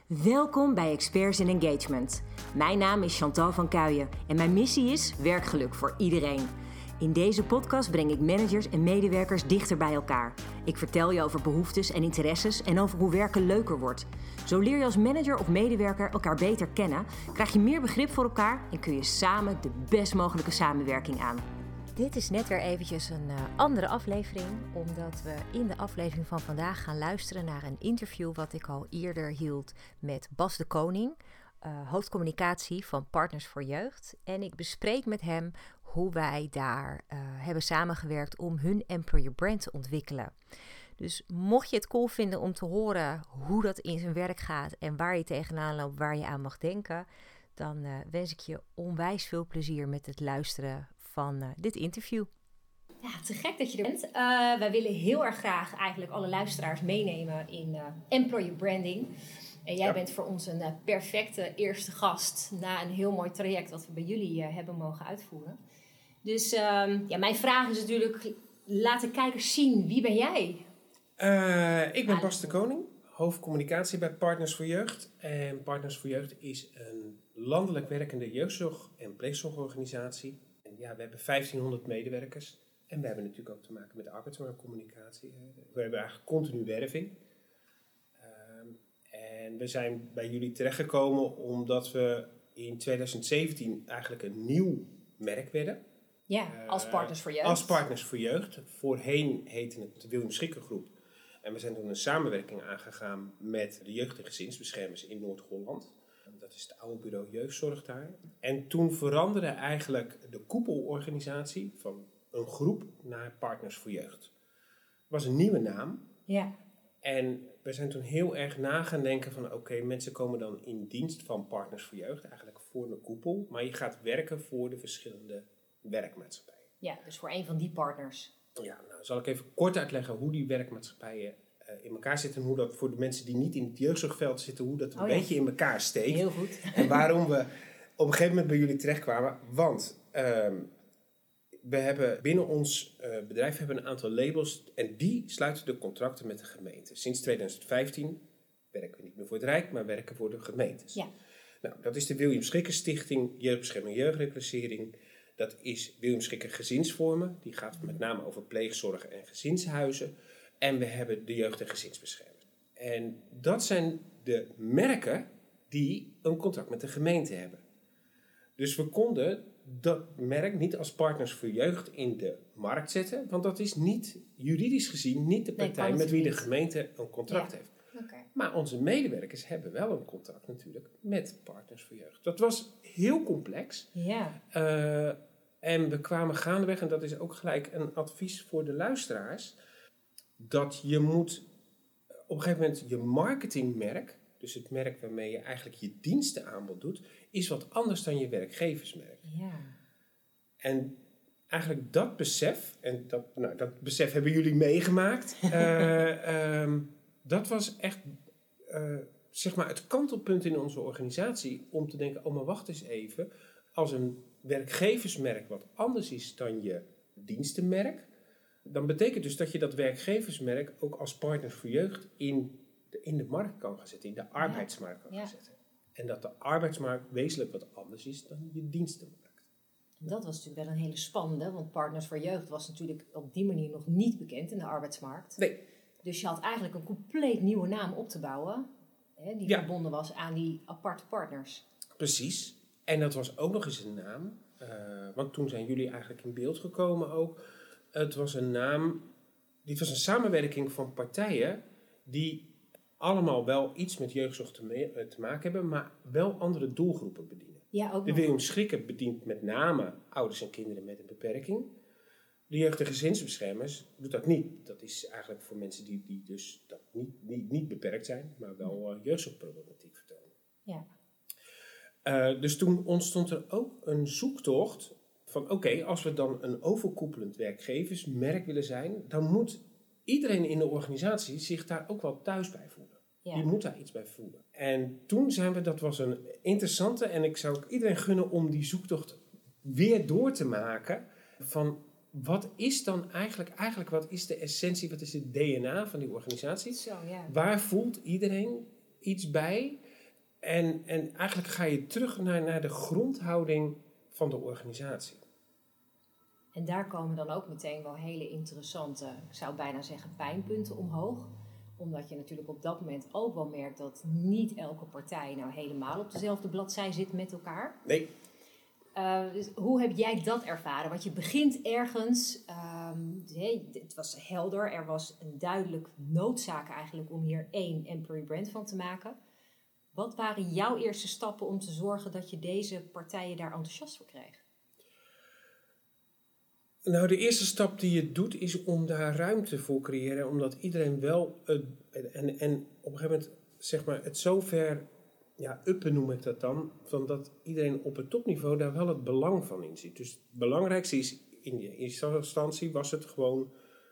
Welkom bij Experts in Engagement. Mijn naam is Chantal van Kuijen en mijn missie is werkgeluk voor iedereen. In deze podcast breng ik managers en medewerkers dichter bij elkaar. Ik vertel je over behoeftes en interesses en over hoe werken leuker wordt. Zo leer je als manager of medewerker elkaar beter kennen, krijg je meer begrip voor elkaar en kun je samen de best mogelijke samenwerking aan. Dit is net weer eventjes een andere aflevering, omdat we in de aflevering van vandaag gaan luisteren naar een interview wat ik al eerder hield met Bas de Koning, hoofdcommunicatie van Partners voor Jeugd. En ik bespreek met hem hoe wij daar hebben samengewerkt om hun employer brand te ontwikkelen. Dus mocht je het cool vinden om te horen hoe dat in zijn werk gaat en waar je tegenaan loopt, waar je aan mag denken, dan wens ik je onwijs veel plezier met het luisteren van dit interview. Ja, te gek dat je er bent. Wij willen heel erg graag eigenlijk alle luisteraars meenemen in employer branding. En jij bent voor ons een perfecte eerste gast na een heel mooi traject wat we bij jullie hebben mogen uitvoeren. Dus mijn vraag is natuurlijk, laat de kijkers zien, wie ben jij? Ik ben Bas de Koning, hoofdcommunicatie bij Partners voor Jeugd. En Partners voor Jeugd is een landelijk werkende jeugdzorg- en pleegzorgorganisatie. En ja, we hebben 1500 medewerkers. En we hebben natuurlijk ook te maken met arbeidsmarktcommunicatie. We hebben eigenlijk continu werving. En we zijn bij jullie terechtgekomen omdat we in 2017 eigenlijk een nieuw merk werden. Ja, als Partners voor Jeugd. Als Partners voor Jeugd. Voorheen heette het de William Schikker Groep. En we zijn toen een samenwerking aangegaan met de jeugd- en gezinsbeschermers in Noord-Holland. Dat is het oude bureau jeugdzorg daar. En toen veranderde eigenlijk de koepelorganisatie van een groep naar Partners voor Jeugd. Het was een nieuwe naam. Ja. En we zijn toen heel erg na gaan denken van oké, mensen komen dan in dienst van Partners voor Jeugd, eigenlijk voor de koepel. Maar je gaat werken voor de verschillende werkmaatschappijen. Ja, dus voor een van die partners. Ja, nou zal ik even kort uitleggen hoe die werkmaatschappijen in elkaar zitten. En hoe dat voor de mensen die niet in het jeugdzorgveld zitten, hoe dat een beetje in elkaar steekt. Heel goed. En waarom we op een gegeven moment bij jullie terechtkwamen. Want we hebben binnen ons bedrijf een aantal labels en die sluiten de contracten met de gemeente. Sinds 2015 werken we niet meer voor het Rijk, maar werken voor de gemeentes. Ja. Nou, dat is de William Schikker Stichting Jeugdbescherming Jeugdreclassering. Dat is William Schikker Gezinsvormen. Die gaat met name over pleegzorg en gezinshuizen. En we hebben de jeugd- en gezinsbeschermers. En dat zijn de merken die een contract met de gemeente hebben. Dus we konden dat merk niet als Partners voor Jeugd in de markt zetten. Want dat is niet, juridisch gezien, niet de partij met wie de gemeente een contract heeft. Okay. Maar onze medewerkers hebben wel een contract natuurlijk met Partners voor Jeugd. Dat was heel complex. Ja. En we kwamen gaandeweg, en dat is ook gelijk een advies voor de luisteraars, dat je moet op een gegeven moment je marketingmerk, dus het merk waarmee je eigenlijk je dienstenaanbod doet, is wat anders dan je werkgeversmerk. Ja. En eigenlijk dat besef, en dat besef hebben jullie meegemaakt, dat was echt zeg maar het kantelpunt in onze organisatie om te denken, oh maar wacht eens even, als een werkgeversmerk wat anders is dan je dienstenmerk, dan betekent dus dat je dat werkgeversmerk ook als Partners voor Jeugd in de markt kan gaan zetten, in de arbeidsmarkt kan gaan zetten. En dat de arbeidsmarkt wezenlijk wat anders is dan je dienstenmarkt. Dat was natuurlijk wel een hele spannende, want Partners voor Jeugd was natuurlijk op die manier nog niet bekend in de arbeidsmarkt. Nee. Dus je had eigenlijk een compleet nieuwe naam op te bouwen, die verbonden was aan die aparte partners. Precies. En dat was ook nog eens een naam, want toen zijn jullie eigenlijk in beeld gekomen ook. Het was een naam, dit was een samenwerking van partijen die allemaal wel iets met jeugdzorg te maken hebben, maar wel andere doelgroepen bedienen. Ja, ook de nog. William Schikker bedient met name ouders en kinderen met een beperking. De jeugd- en gezinsbeschermers doet dat niet. Dat is eigenlijk voor mensen die dus dat niet beperkt zijn, maar wel jeugdzorgproblematiek vertonen. Ja. Dus toen ontstond er ook een zoektocht van oké, als we dan een overkoepelend werkgeversmerk willen zijn, dan moet iedereen in de organisatie zich daar ook wel thuis bij voelen. Ja. Die moet daar iets bij voelen. En toen dat was een interessante, en ik zou ook iedereen gunnen om die zoektocht weer door te maken van wat is dan eigenlijk wat is de essentie, wat is het DNA van die organisatie? Zo, ja. Waar voelt iedereen iets bij? En eigenlijk ga je terug naar de grondhouding van de organisatie. En daar komen dan ook meteen wel hele interessante, ik zou bijna zeggen, pijnpunten omhoog. Omdat je natuurlijk op dat moment ook wel merkt dat niet elke partij nou helemaal op dezelfde bladzij zit met elkaar. Nee. Dus hoe heb jij dat ervaren? Want je begint ergens, het was helder, er was een duidelijk noodzaak eigenlijk om hier 1 employee brand van te maken. Wat waren jouw eerste stappen om te zorgen dat je deze partijen daar enthousiast voor kreeg? Nou, de eerste stap die je doet is om daar ruimte voor te creëren. Omdat iedereen wel, en op een gegeven moment zeg maar het zover, uppen noem ik dat dan. Van dat iedereen op het topniveau daar wel het belang van in ziet. Dus het belangrijkste is in de eerste instantie was het gewoon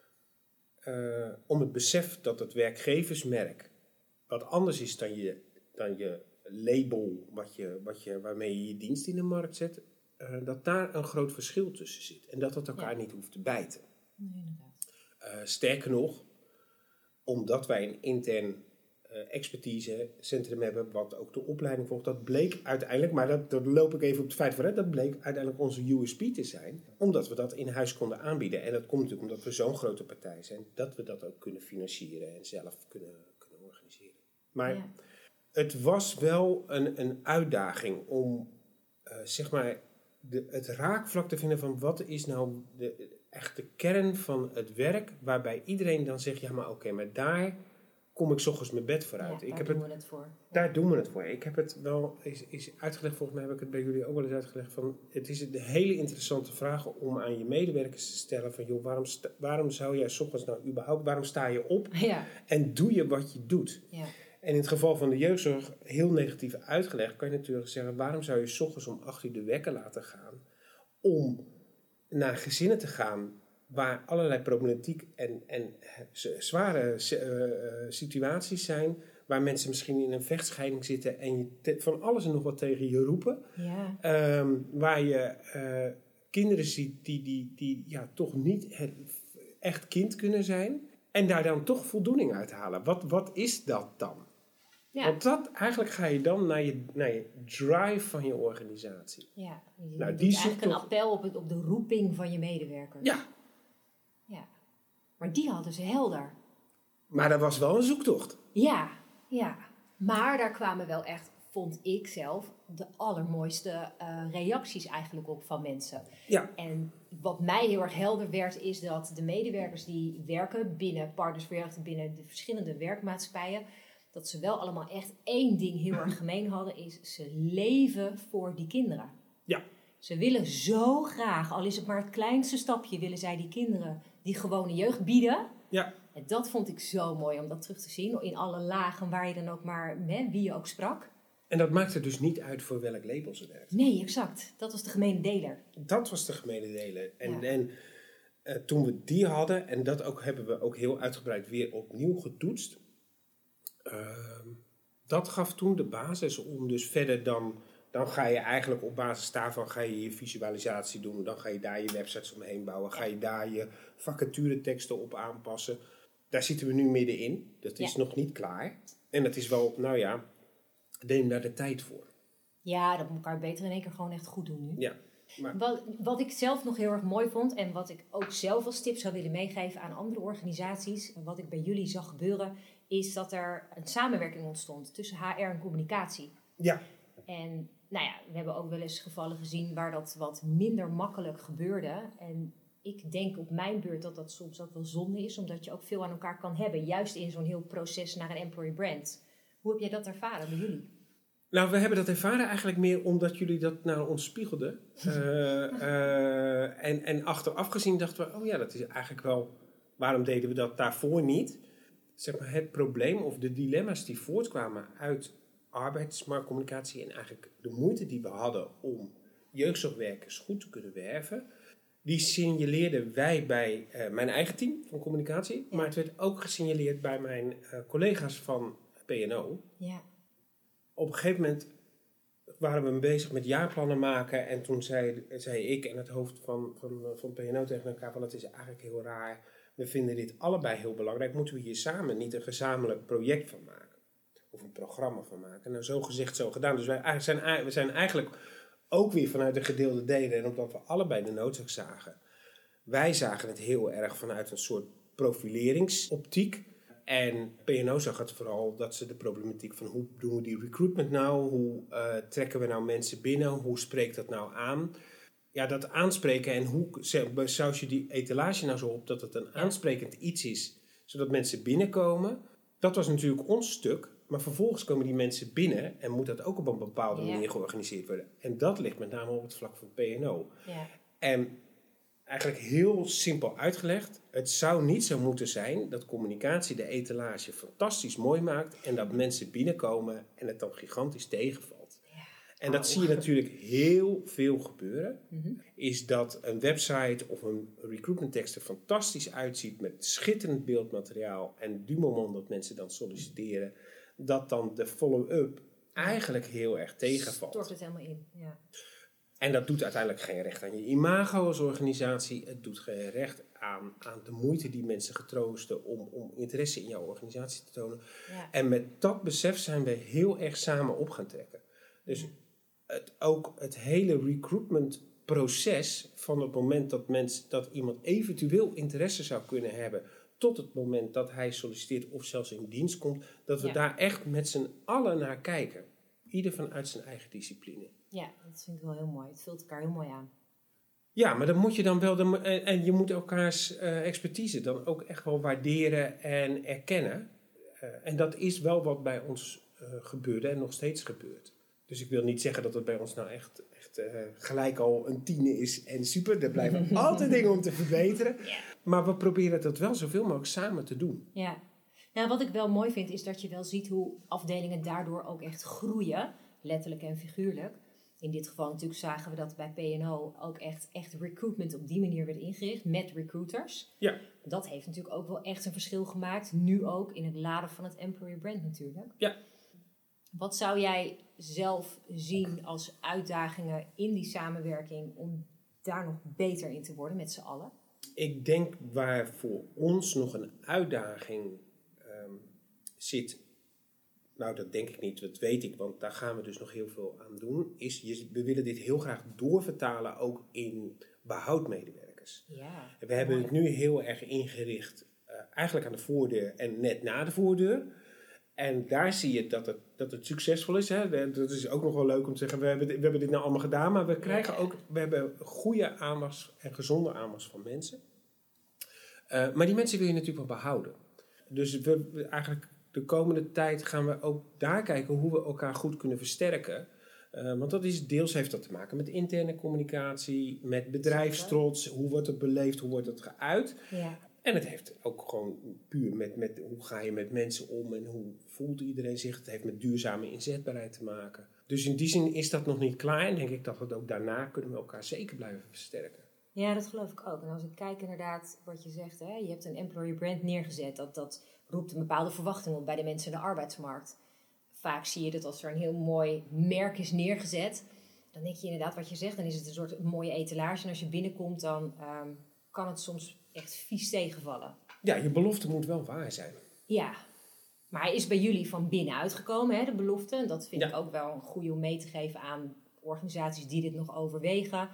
om het besef dat het werkgeversmerk wat anders is dan je label waarmee je je dienst in de markt zet. Dat daar een groot verschil tussen zit. En dat het elkaar niet hoeft te bijten. Nee, inderdaad. Sterker nog, omdat wij een intern expertisecentrum hebben, wat ook de opleiding volgt, dat bleek uiteindelijk, maar dat loop ik even op het feit vooruit, dat bleek uiteindelijk onze USP te zijn, omdat we dat in huis konden aanbieden. En dat komt natuurlijk omdat we zo'n grote partij zijn, dat we dat ook kunnen financieren en zelf kunnen organiseren. Maar het was wel een uitdaging om, zeg maar, het raakvlak te vinden van wat is nou de echte kern van het werk, waarbij iedereen dan zegt, ja maar oké, maar daar kom ik 's ochtends mijn bed voor uit. Ja, daar doen we het voor. Daar doen we het voor. Ik heb het wel is uitgelegd, volgens mij heb ik het bij jullie ook wel eens uitgelegd, van het is een hele interessante vraag om aan je medewerkers te stellen van, joh, waarom zou jij 's ochtends nou überhaupt, waarom sta je op en doe je wat je doet? Ja. En in het geval van de jeugdzorg, heel negatief uitgelegd, kan je natuurlijk zeggen, waarom zou je 's ochtends om 8 uur de wekker laten gaan om naar gezinnen te gaan waar allerlei problematiek en zware situaties zijn, waar mensen misschien in een vechtscheiding zitten en je van alles en nog wat tegen je roepen. Ja. Waar je kinderen ziet die toch niet echt kind kunnen zijn en daar dan toch voldoening uit halen. Wat is dat dan? Ja. Want eigenlijk ga je dan naar je drive van je organisatie. Ja, je doet eigenlijk een appel op de roeping van je medewerkers. Ja. Maar die hadden ze helder. Maar dat was wel een zoektocht. Ja. Maar daar kwamen wel echt, vond ik zelf, de allermooiste reacties eigenlijk op van mensen. Ja. En wat mij heel erg helder werd, is dat de medewerkers die werken binnen Partners voor Jeugd, binnen de verschillende werkmaatschappijen, dat ze wel allemaal echt 1 ding heel erg gemeen hadden, is ze leven voor die kinderen. Ja. Ze willen zo graag, al is het maar het kleinste stapje, willen zij die kinderen die gewone jeugd bieden. Ja. En dat vond ik zo mooi om dat terug te zien, in alle lagen waar je dan ook maar, wie je ook sprak. En dat maakte dus niet uit voor welk label ze werkte. Nee, exact. Dat was de gemene deler. Dat was de gemene deler. En toen we die hadden, en dat ook hebben we ook heel uitgebreid weer opnieuw getoetst. Dat gaf toen de basis om dus verder dan ga je eigenlijk op basis daarvan ga je visualisatie doen. Dan ga je daar je websites omheen bouwen. Ga je daar je vacatureteksten op aanpassen. Daar zitten we nu middenin. Dat is nog niet klaar. En dat is wel, neem daar de tijd voor. Ja, dat moet elkaar beter in één keer gewoon echt goed doen nu. Ja. Maar wat ik zelf nog heel erg mooi vond en wat ik ook zelf als tip zou willen meegeven aan andere organisaties, wat ik bij jullie zag gebeuren, is dat er een samenwerking ontstond tussen HR en communicatie. Ja. En we hebben ook wel eens gevallen gezien waar dat wat minder makkelijk gebeurde. En ik denk op mijn beurt dat dat soms ook wel zonde is, omdat je ook veel aan elkaar kan hebben, juist in zo'n heel proces naar een employee brand. Hoe heb jij dat ervaren bij jullie? Nou, we hebben dat ervaren eigenlijk meer omdat jullie dat naar ons spiegelden. En achteraf gezien dachten we, dat is eigenlijk wel, waarom deden we dat daarvoor niet? Zeg maar het probleem of de dilemma's die voortkwamen uit arbeidsmarktcommunicatie en eigenlijk de moeite die we hadden om jeugdzorgwerkers goed te kunnen werven, die signaleerden wij bij mijn eigen team van communicatie, maar het werd ook gesignaleerd bij mijn collega's van P&O. Ja. Op een gegeven moment waren we bezig met jaarplannen maken en toen zei ik en het hoofd van P&O tegen elkaar van het is eigenlijk heel raar. We vinden dit allebei heel belangrijk. Moeten we hier samen niet een gezamenlijk project van maken? of een programma van maken. Nou, zo gezegd, zo gedaan. Dus we zijn eigenlijk ook weer vanuit de gedeelde delen. En omdat we allebei de noodzaak zagen. Wij zagen het heel erg vanuit een soort profileringsoptiek. En P&O zag het vooral dat ze de problematiek van hoe doen we die recruitment nou? Hoe trekken we nou mensen binnen? Hoe spreekt dat nou aan? Ja, dat aanspreken en hoe saus je die etalage nou zo op dat het een aansprekend iets is, zodat mensen binnenkomen. Dat was natuurlijk ons stuk. Maar vervolgens komen die mensen binnen en moet dat ook op een bepaalde manier georganiseerd worden. En dat ligt met name op het vlak van P&O. Ja. En eigenlijk heel simpel uitgelegd, het zou niet zo moeten zijn dat communicatie de etalage fantastisch mooi maakt en dat mensen binnenkomen en het dan gigantisch tegenvalt. Ja. En dat zie je natuurlijk heel veel gebeuren. Mm-hmm. Is dat een website of een recruitment tekst er fantastisch uitziet met schitterend beeldmateriaal en du moment dat mensen dan solliciteren, dat dan de follow-up eigenlijk heel erg tegenvalt. Stort het helemaal in, ja. En dat doet uiteindelijk geen recht aan je imago als organisatie. Het doet geen recht aan de moeite die mensen getroosten om interesse in jouw organisatie te tonen. Ja. En met dat besef zijn we heel erg samen op gaan trekken. Dus ook het hele recruitment proces van het moment dat iemand eventueel interesse zou kunnen hebben, tot het moment dat hij solliciteert of zelfs in dienst komt, dat we daar echt met z'n allen naar kijken. Ieder vanuit zijn eigen discipline. Ja, dat vind ik wel heel mooi. Het vult elkaar heel mooi aan. Ja, maar dan moet je dan wel, en je moet elkaars expertise dan ook echt wel waarderen en erkennen. En dat is wel wat bij ons gebeurde en nog steeds gebeurt. Dus ik wil niet zeggen dat het bij ons nou echt gelijk al een 10 is en super. Er blijven altijd dingen om te verbeteren. Ja. Maar we proberen dat wel zoveel mogelijk samen te doen. Ja. Nou, wat ik wel mooi vind is dat je wel ziet hoe afdelingen daardoor ook echt groeien. Letterlijk en figuurlijk. In dit geval natuurlijk zagen we dat bij P&O ook echt recruitment op die manier werd ingericht met recruiters. Ja. Dat heeft natuurlijk ook wel echt een verschil gemaakt. Nu ook in het laden van het employer brand natuurlijk. Ja. Wat zou jij zelf zien als uitdagingen in die samenwerking om daar nog beter in te worden met z'n allen? Ik denk waar voor ons nog een uitdaging zit. Nou, dat denk ik niet, dat weet ik, want daar gaan we dus nog heel veel aan doen. We willen dit heel graag doorvertalen ook in behoudmedewerkers. Ja, en we hebben het nu heel erg ingericht, eigenlijk aan de voordeur en net na de voordeur. En daar zie je dat het succesvol is. Hè? Dat is ook nog wel leuk om te zeggen, we hebben dit nou allemaal gedaan, maar we hebben goede aanwas en gezonde aanwas van mensen. Maar die mensen wil je natuurlijk wel behouden. Dus we eigenlijk de komende tijd gaan we ook daar kijken hoe we elkaar goed kunnen versterken. Want deels heeft dat te maken met interne communicatie, met bedrijfstrots. Hoe wordt het beleefd, hoe wordt het geuit? Ja. En het heeft ook gewoon puur met hoe ga je met mensen om en hoe voelt iedereen zich. Het heeft met duurzame inzetbaarheid te maken. Dus in die zin is dat nog niet klaar. En denk ik dat we ook daarna kunnen we elkaar zeker blijven versterken. Ja, dat geloof ik ook. En als ik kijk inderdaad wat je zegt, hè, je hebt een employer brand neergezet. Dat roept een bepaalde verwachting op bij de mensen in de arbeidsmarkt. Vaak zie je dat als er een heel mooi merk is neergezet, dan denk je inderdaad wat je zegt, dan is het een soort mooie etalage. En als je binnenkomt, dan kan het soms echt vies tegenvallen. Ja, je belofte moet wel waar zijn. Ja, maar hij is bij jullie van binnenuit gekomen, hè, de belofte. En dat vind ik ook wel een goede om mee te geven aan organisaties die dit nog overwegen.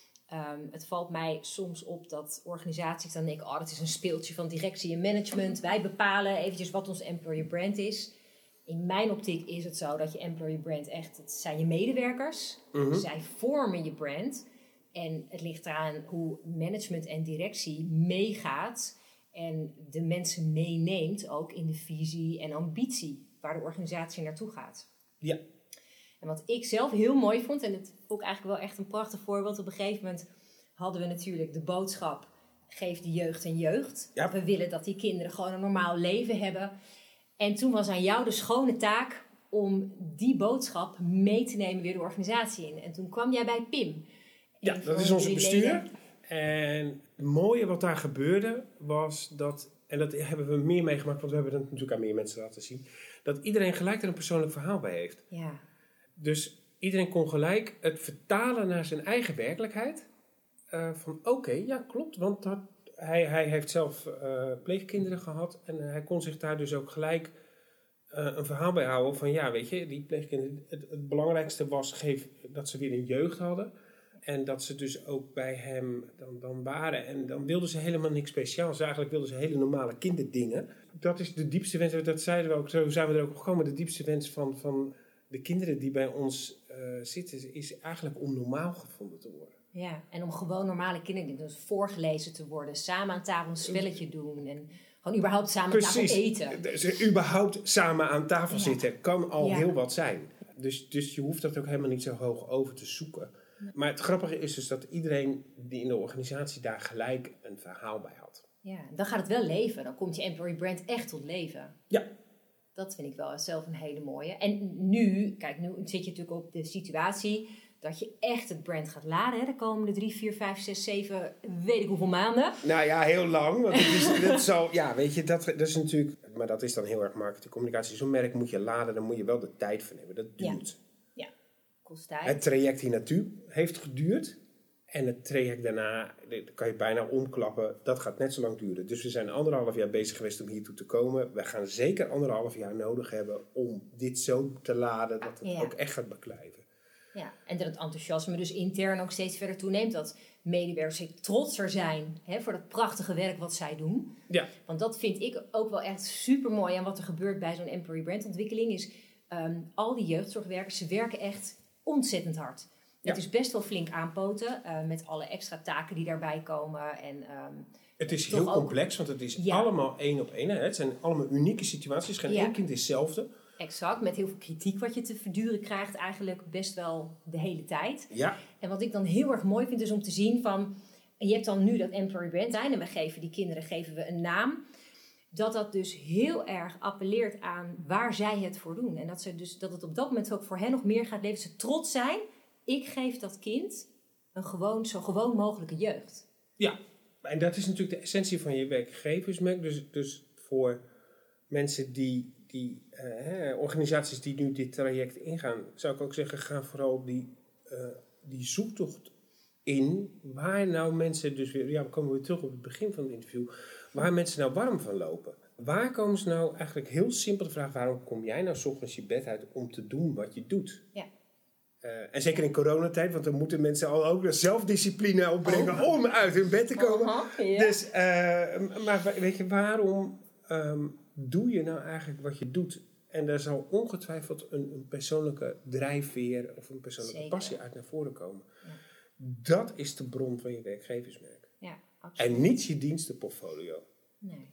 Het valt mij soms op dat organisaties dan denken, dat is een speeltje van directie en management. Wij bepalen eventjes wat ons employer brand is. In mijn optiek is het zo dat je employer brand echt, het zijn je medewerkers. Mm-hmm. Zij vormen je brand. En het ligt eraan hoe management en directie meegaat en de mensen meeneemt ook in de visie en ambitie waar de organisatie naartoe gaat. Ja. En wat ik zelf heel mooi vond, en dat vond ik eigenlijk wel echt een prachtig voorbeeld. Op een gegeven moment hadden we natuurlijk de boodschap, geef de jeugd een jeugd. Ja. We willen dat die kinderen gewoon een normaal leven hebben. En toen was aan jou de schone taak om die boodschap mee te nemen weer de organisatie in. En toen kwam jij bij Pim. Ja, dat is onze bestuur. En het mooie wat daar gebeurde was dat, en dat hebben we meer meegemaakt, want we hebben het natuurlijk aan meer mensen laten zien, dat iedereen gelijk er een persoonlijk verhaal bij heeft. Ja. Dus iedereen kon gelijk het vertalen naar zijn eigen werkelijkheid. Van oké, ja klopt, want hij heeft zelf pleegkinderen gehad en hij kon zich daar dus ook gelijk een verhaal bijhouden van ja, weet je, die pleegkinderen, het belangrijkste was dat ze weer een jeugd hadden. En dat ze dus ook bij hem dan waren. En dan wilden ze helemaal niks speciaals. Eigenlijk wilden ze hele normale kinderdingen. Dat is de diepste wens, dat zeiden we ook, zo zijn we er ook op gekomen. De diepste wens van de kinderen die bij ons zitten, is eigenlijk om normaal gevonden te worden. Ja, en om gewoon normale kinderen, dus voorgelezen te worden, samen aan tafel een spelletje doen en gewoon überhaupt samen aan tafel eten. Dus überhaupt samen aan tafel zitten kan al heel wat zijn. Dus je hoeft dat ook helemaal niet zo hoog over te zoeken. Nee. Maar het grappige is dus dat iedereen die in de organisatie daar gelijk een verhaal bij had. Ja, dan gaat het wel leven. Dan komt je employee brand echt tot leven. Ja. Dat vind ik wel zelf een hele mooie. En nu zit je natuurlijk op de situatie dat je echt het brand gaat laden. Hè? De komende 3, 4, 5, 6, 7, weet ik hoeveel maanden. Nou ja, heel lang. Want dat is natuurlijk... Maar dat is dan heel erg marketingcommunicatie. Zo'n merk moet je laden, dan moet je wel de tijd voor nemen. Dat duurt. Ja, kost tijd. Het traject hier naartoe heeft geduurd. En het traject daarna, dat kan je bijna omklappen. Dat gaat net zo lang duren. Dus we zijn 1,5 jaar bezig geweest om hiertoe te komen. We gaan zeker 1,5 jaar nodig hebben om dit zo te laden dat het ook echt gaat beklijven. Ja, en dat het enthousiasme dus intern ook steeds verder toeneemt. Dat medewerkers trotser zijn voor dat prachtige werk wat zij doen. Ja. Want dat vind ik ook wel echt super mooi. En wat er gebeurt bij zo'n employee brand ontwikkeling is... al die jeugdzorgwerkers, ze werken echt ontzettend hard. Het is best wel flink aanpoten met alle extra taken die daarbij komen. En, het is heel complex, want het is allemaal 1 op 1. Het zijn allemaal unieke situaties. Geen één kind is hetzelfde. Exact, met heel veel kritiek wat je te verduren krijgt eigenlijk best wel de hele tijd. Ja. En wat ik dan heel erg mooi vind is om te zien van... En je hebt dan nu dat employee brand en we geven die kinderen een naam. Dat dus heel erg appelleert aan waar zij het voor doen. En dat het op dat moment ook voor hen nog meer gaat leven. Ze trots zijn... Ik geef dat kind een zo gewoon mogelijke jeugd. Ja, en dat is natuurlijk de essentie van je werkgeversmerk. Dus voor mensen organisaties die nu dit traject ingaan, zou ik ook zeggen, ga vooral die zoektocht in. Waar nou mensen dus weer, we komen weer terug op het begin van het interview, waar mensen nou warm van lopen. Waar komen ze nou eigenlijk heel simpel de vraag, waarom kom jij nou 's ochtends je bed uit om te doen wat je doet? Ja. En zeker in coronatijd, want dan moeten mensen ook de zelfdiscipline opbrengen om uit hun bed te komen. Ja. Dus, maar weet je, waarom doe je nou eigenlijk wat je doet? En daar zal ongetwijfeld een persoonlijke drijfveer of een persoonlijke passie uit naar voren komen. Ja. Dat is de bron van je werkgeversmerk. Ja, absoluut. En niet je dienstenportfolio. Nee.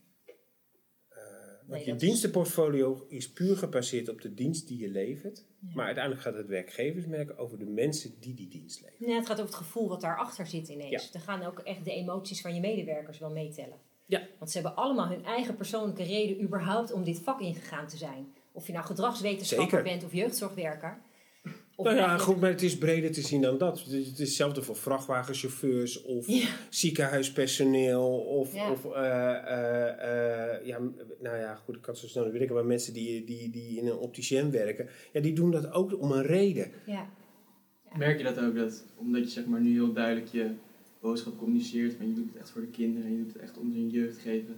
Want je dienstenportfolio is puur gebaseerd op de dienst die je levert. Ja. Maar uiteindelijk gaat het werkgeversmerk over de mensen die dienst leveren. Ja, het gaat over het gevoel wat daarachter zit ineens. Ja. Er gaan ook echt de emoties van je medewerkers wel meetellen. Ja. Want ze hebben allemaal hun eigen persoonlijke reden überhaupt om dit vak ingegaan te zijn. Of je nou gedragswetenschapper bent of jeugdzorgwerker. Goed, maar het is breder te zien dan dat. Het is hetzelfde voor vrachtwagenchauffeurs of ziekenhuispersoneel of ik kan het zo snel niet werken, maar mensen die in een opticien werken, die doen dat ook om een reden. Ja. Ja. Merk je dat ook, omdat je zeg maar nu heel duidelijk je boodschap communiceert, van je doet het echt voor de kinderen en je doet het echt om hun jeugd te geven,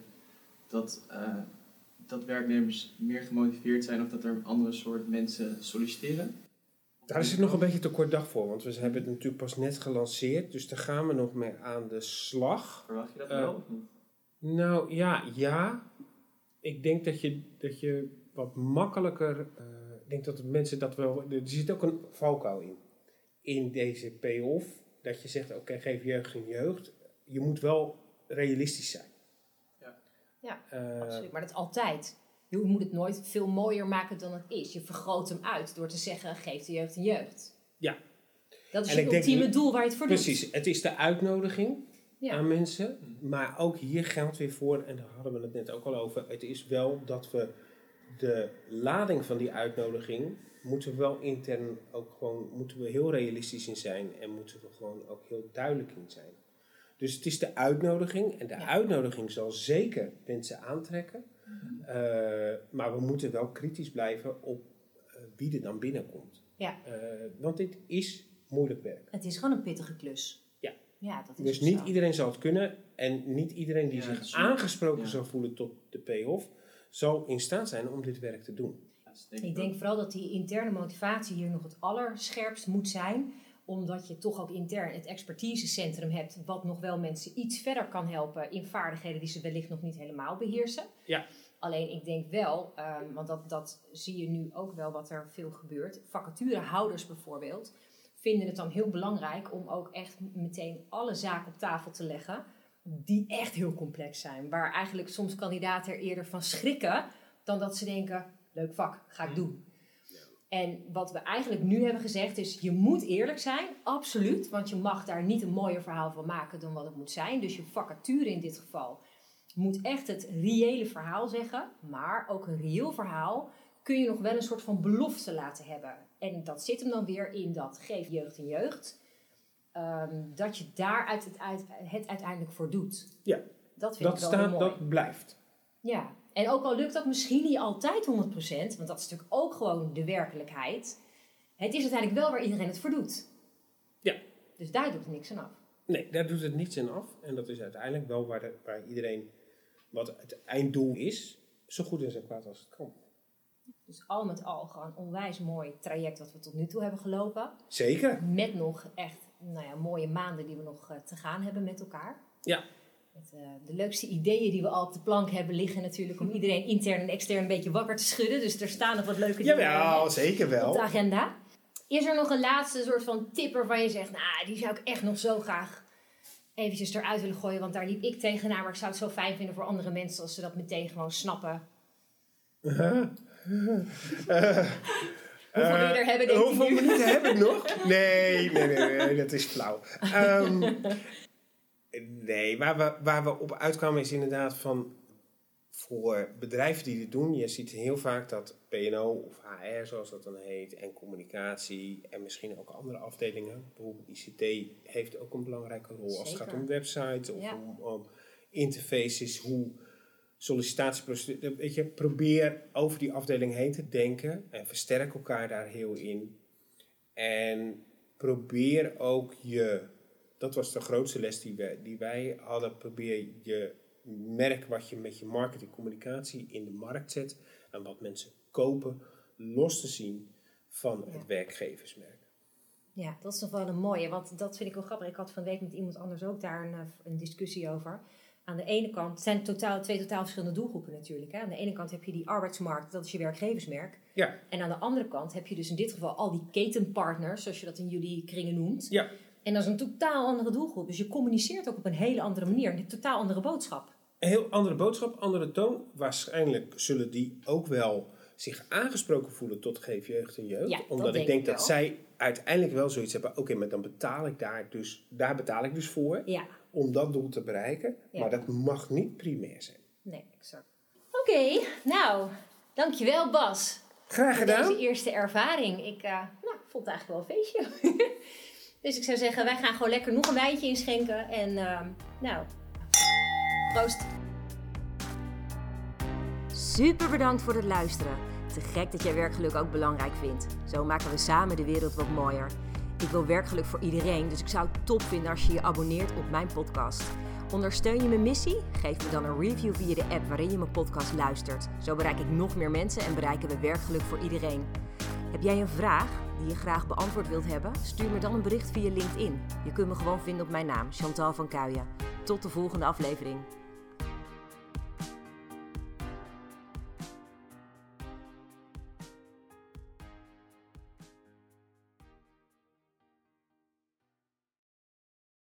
dat werknemers meer gemotiveerd zijn of dat er andere soort mensen solliciteren? Daar is het nog een beetje te kort dag voor, want we hebben het natuurlijk pas net gelanceerd, dus daar gaan we nog mee aan de slag. Verwacht je dat wel of niet? Nou ja. Ik denk dat je wat makkelijker, ik denk dat de mensen dat wel, er zit ook een valkuil in deze payoff, dat je zegt, oké, geef jeugd geen jeugd. Je moet wel realistisch zijn. Ja, absoluut, maar dat altijd. Je moet het nooit veel mooier maken dan het is. Je vergroot hem uit door te zeggen, geef de jeugd een jeugd. Ja. Dat is je ultieme doel waar je het voor doet. Precies, het is de uitnodiging aan mensen. Maar ook hier geldt weer voor, en daar hadden we het net ook al over. Het is wel dat we de lading van die uitnodiging, moeten we wel intern ook gewoon, moeten we heel realistisch in zijn. En moeten we gewoon ook heel duidelijk in zijn. Dus het is de uitnodiging. En de uitnodiging zal zeker mensen aantrekken. Maar we moeten wel kritisch blijven op wie er dan binnenkomt. Ja. Want dit is moeilijk werk. Het is gewoon een pittige klus. Ja, dat is dus niet iedereen zal het kunnen. En niet iedereen die zich aangesproken zal voelen tot de payoff, zal in staat zijn om dit werk te doen. Ik denk vooral dat die interne motivatie hier nog het allerscherpst moet zijn. Omdat je toch ook intern het expertisecentrum hebt. Wat nog wel mensen iets verder kan helpen in vaardigheden die ze wellicht nog niet helemaal beheersen. Ja. Alleen ik denk wel, want dat zie je nu ook wel wat er veel gebeurt. Vacaturehouders bijvoorbeeld vinden het dan heel belangrijk om ook echt meteen alle zaken op tafel te leggen. Die echt heel complex zijn. Waar eigenlijk soms kandidaten er eerder van schrikken dan dat ze denken, leuk vak, ga ik doen. En wat we eigenlijk nu hebben gezegd is, je moet eerlijk zijn, absoluut. Want je mag daar niet een mooier verhaal van maken dan wat het moet zijn. Dus je vacature in dit geval moet echt het reële verhaal zeggen. Maar ook een reëel verhaal kun je nog wel een soort van belofte laten hebben. En dat zit hem dan weer in dat geef jeugd en jeugd. Dat je daar het uiteindelijk voor doet. Ja, dat vind ik wel heel mooi. Dat blijft. Ja, en ook al lukt dat misschien niet altijd 100%, want dat is natuurlijk ook gewoon de werkelijkheid. Het is uiteindelijk wel waar iedereen het voor doet. Ja. Dus daar doet het niks aan af. Nee, daar doet het niets aan af. En dat is uiteindelijk wel waar iedereen, wat het einddoel is, zo goed en zo kwaad als het kan. Dus al met al gewoon een onwijs mooi traject wat we tot nu toe hebben gelopen. Zeker. Met nog echt mooie maanden die we nog te gaan hebben met elkaar. Ja. Met, de leukste ideeën die we al op de plank hebben liggen natuurlijk om iedereen intern en extern een beetje wakker te schudden. Dus er staan nog wat leuke dingen zeker wel. op de agenda. Is er nog een laatste soort van tip waarvan je zegt, die zou ik echt nog zo graag eventjes eruit willen gooien, want daar liep ik tegenaan, maar ik zou het zo fijn vinden voor andere mensen als ze dat meteen gewoon snappen. Hoeveel er hebben, denk hoeveel minuten heb ik nog? Nee, dat is flauw. Nee, waar we op uitkwamen is inderdaad van, voor bedrijven die dit doen, je ziet heel vaak dat P&O of HR zoals dat dan heet, en communicatie en misschien ook andere afdelingen, bijvoorbeeld ICT heeft ook een belangrijke rol. Zeker. Als het gaat om websites of om interfaces, hoe sollicitatieprocedure, weet je, probeer over die afdeling heen te denken en versterk elkaar daar heel in. En probeer ook dat was de grootste les die wij hadden, probeer je merk wat je met je marketing communicatie in de markt zet en wat mensen kopen, los te zien van het werkgeversmerk. Ja, dat is nog wel een mooie, want dat vind ik wel grappig. Ik had van de week met iemand anders ook daar een discussie over. Aan de ene kant zijn het twee totaal verschillende doelgroepen natuurlijk. Hè? Aan de ene kant heb je die arbeidsmarkt, dat is je werkgeversmerk. Ja. En aan de andere kant heb je dus in dit geval al die ketenpartners, zoals je dat in jullie kringen noemt. Ja. En dat is een totaal andere doelgroep. Dus je communiceert ook op een hele andere manier. Een totaal andere boodschap. Een heel andere boodschap, andere toon. Waarschijnlijk zullen die ook wel zich aangesproken voelen tot Geef Jeugd en Jeugd. Ja, omdat ik denk dat zij uiteindelijk wel zoiets hebben. Oké, maar dan betaal ik daar betaal ik dus voor. Ja. Om dat doel te bereiken. Ja. Maar dat mag niet primair zijn. Nee, exact. Oké, nou, dankjewel Bas. Graag gedaan. Voor deze eerste ervaring. Ik vond het eigenlijk wel een feestje. Dus ik zou zeggen, wij gaan gewoon lekker nog een wijntje inschenken. En proost. Super bedankt voor het luisteren. Te gek dat jij werkgeluk ook belangrijk vindt. Zo maken we samen de wereld wat mooier. Ik wil werkgeluk voor iedereen, dus ik zou het top vinden als je je abonneert op mijn podcast. Ondersteun je mijn missie? Geef me dan een review via de app waarin je mijn podcast luistert. Zo bereik ik nog meer mensen en bereiken we werkgeluk voor iedereen. Heb jij een vraag die je graag beantwoord wilt hebben? Stuur me dan een bericht via LinkedIn. Je kunt me gewoon vinden op mijn naam, Chantal van Kuijen. Tot de volgende aflevering.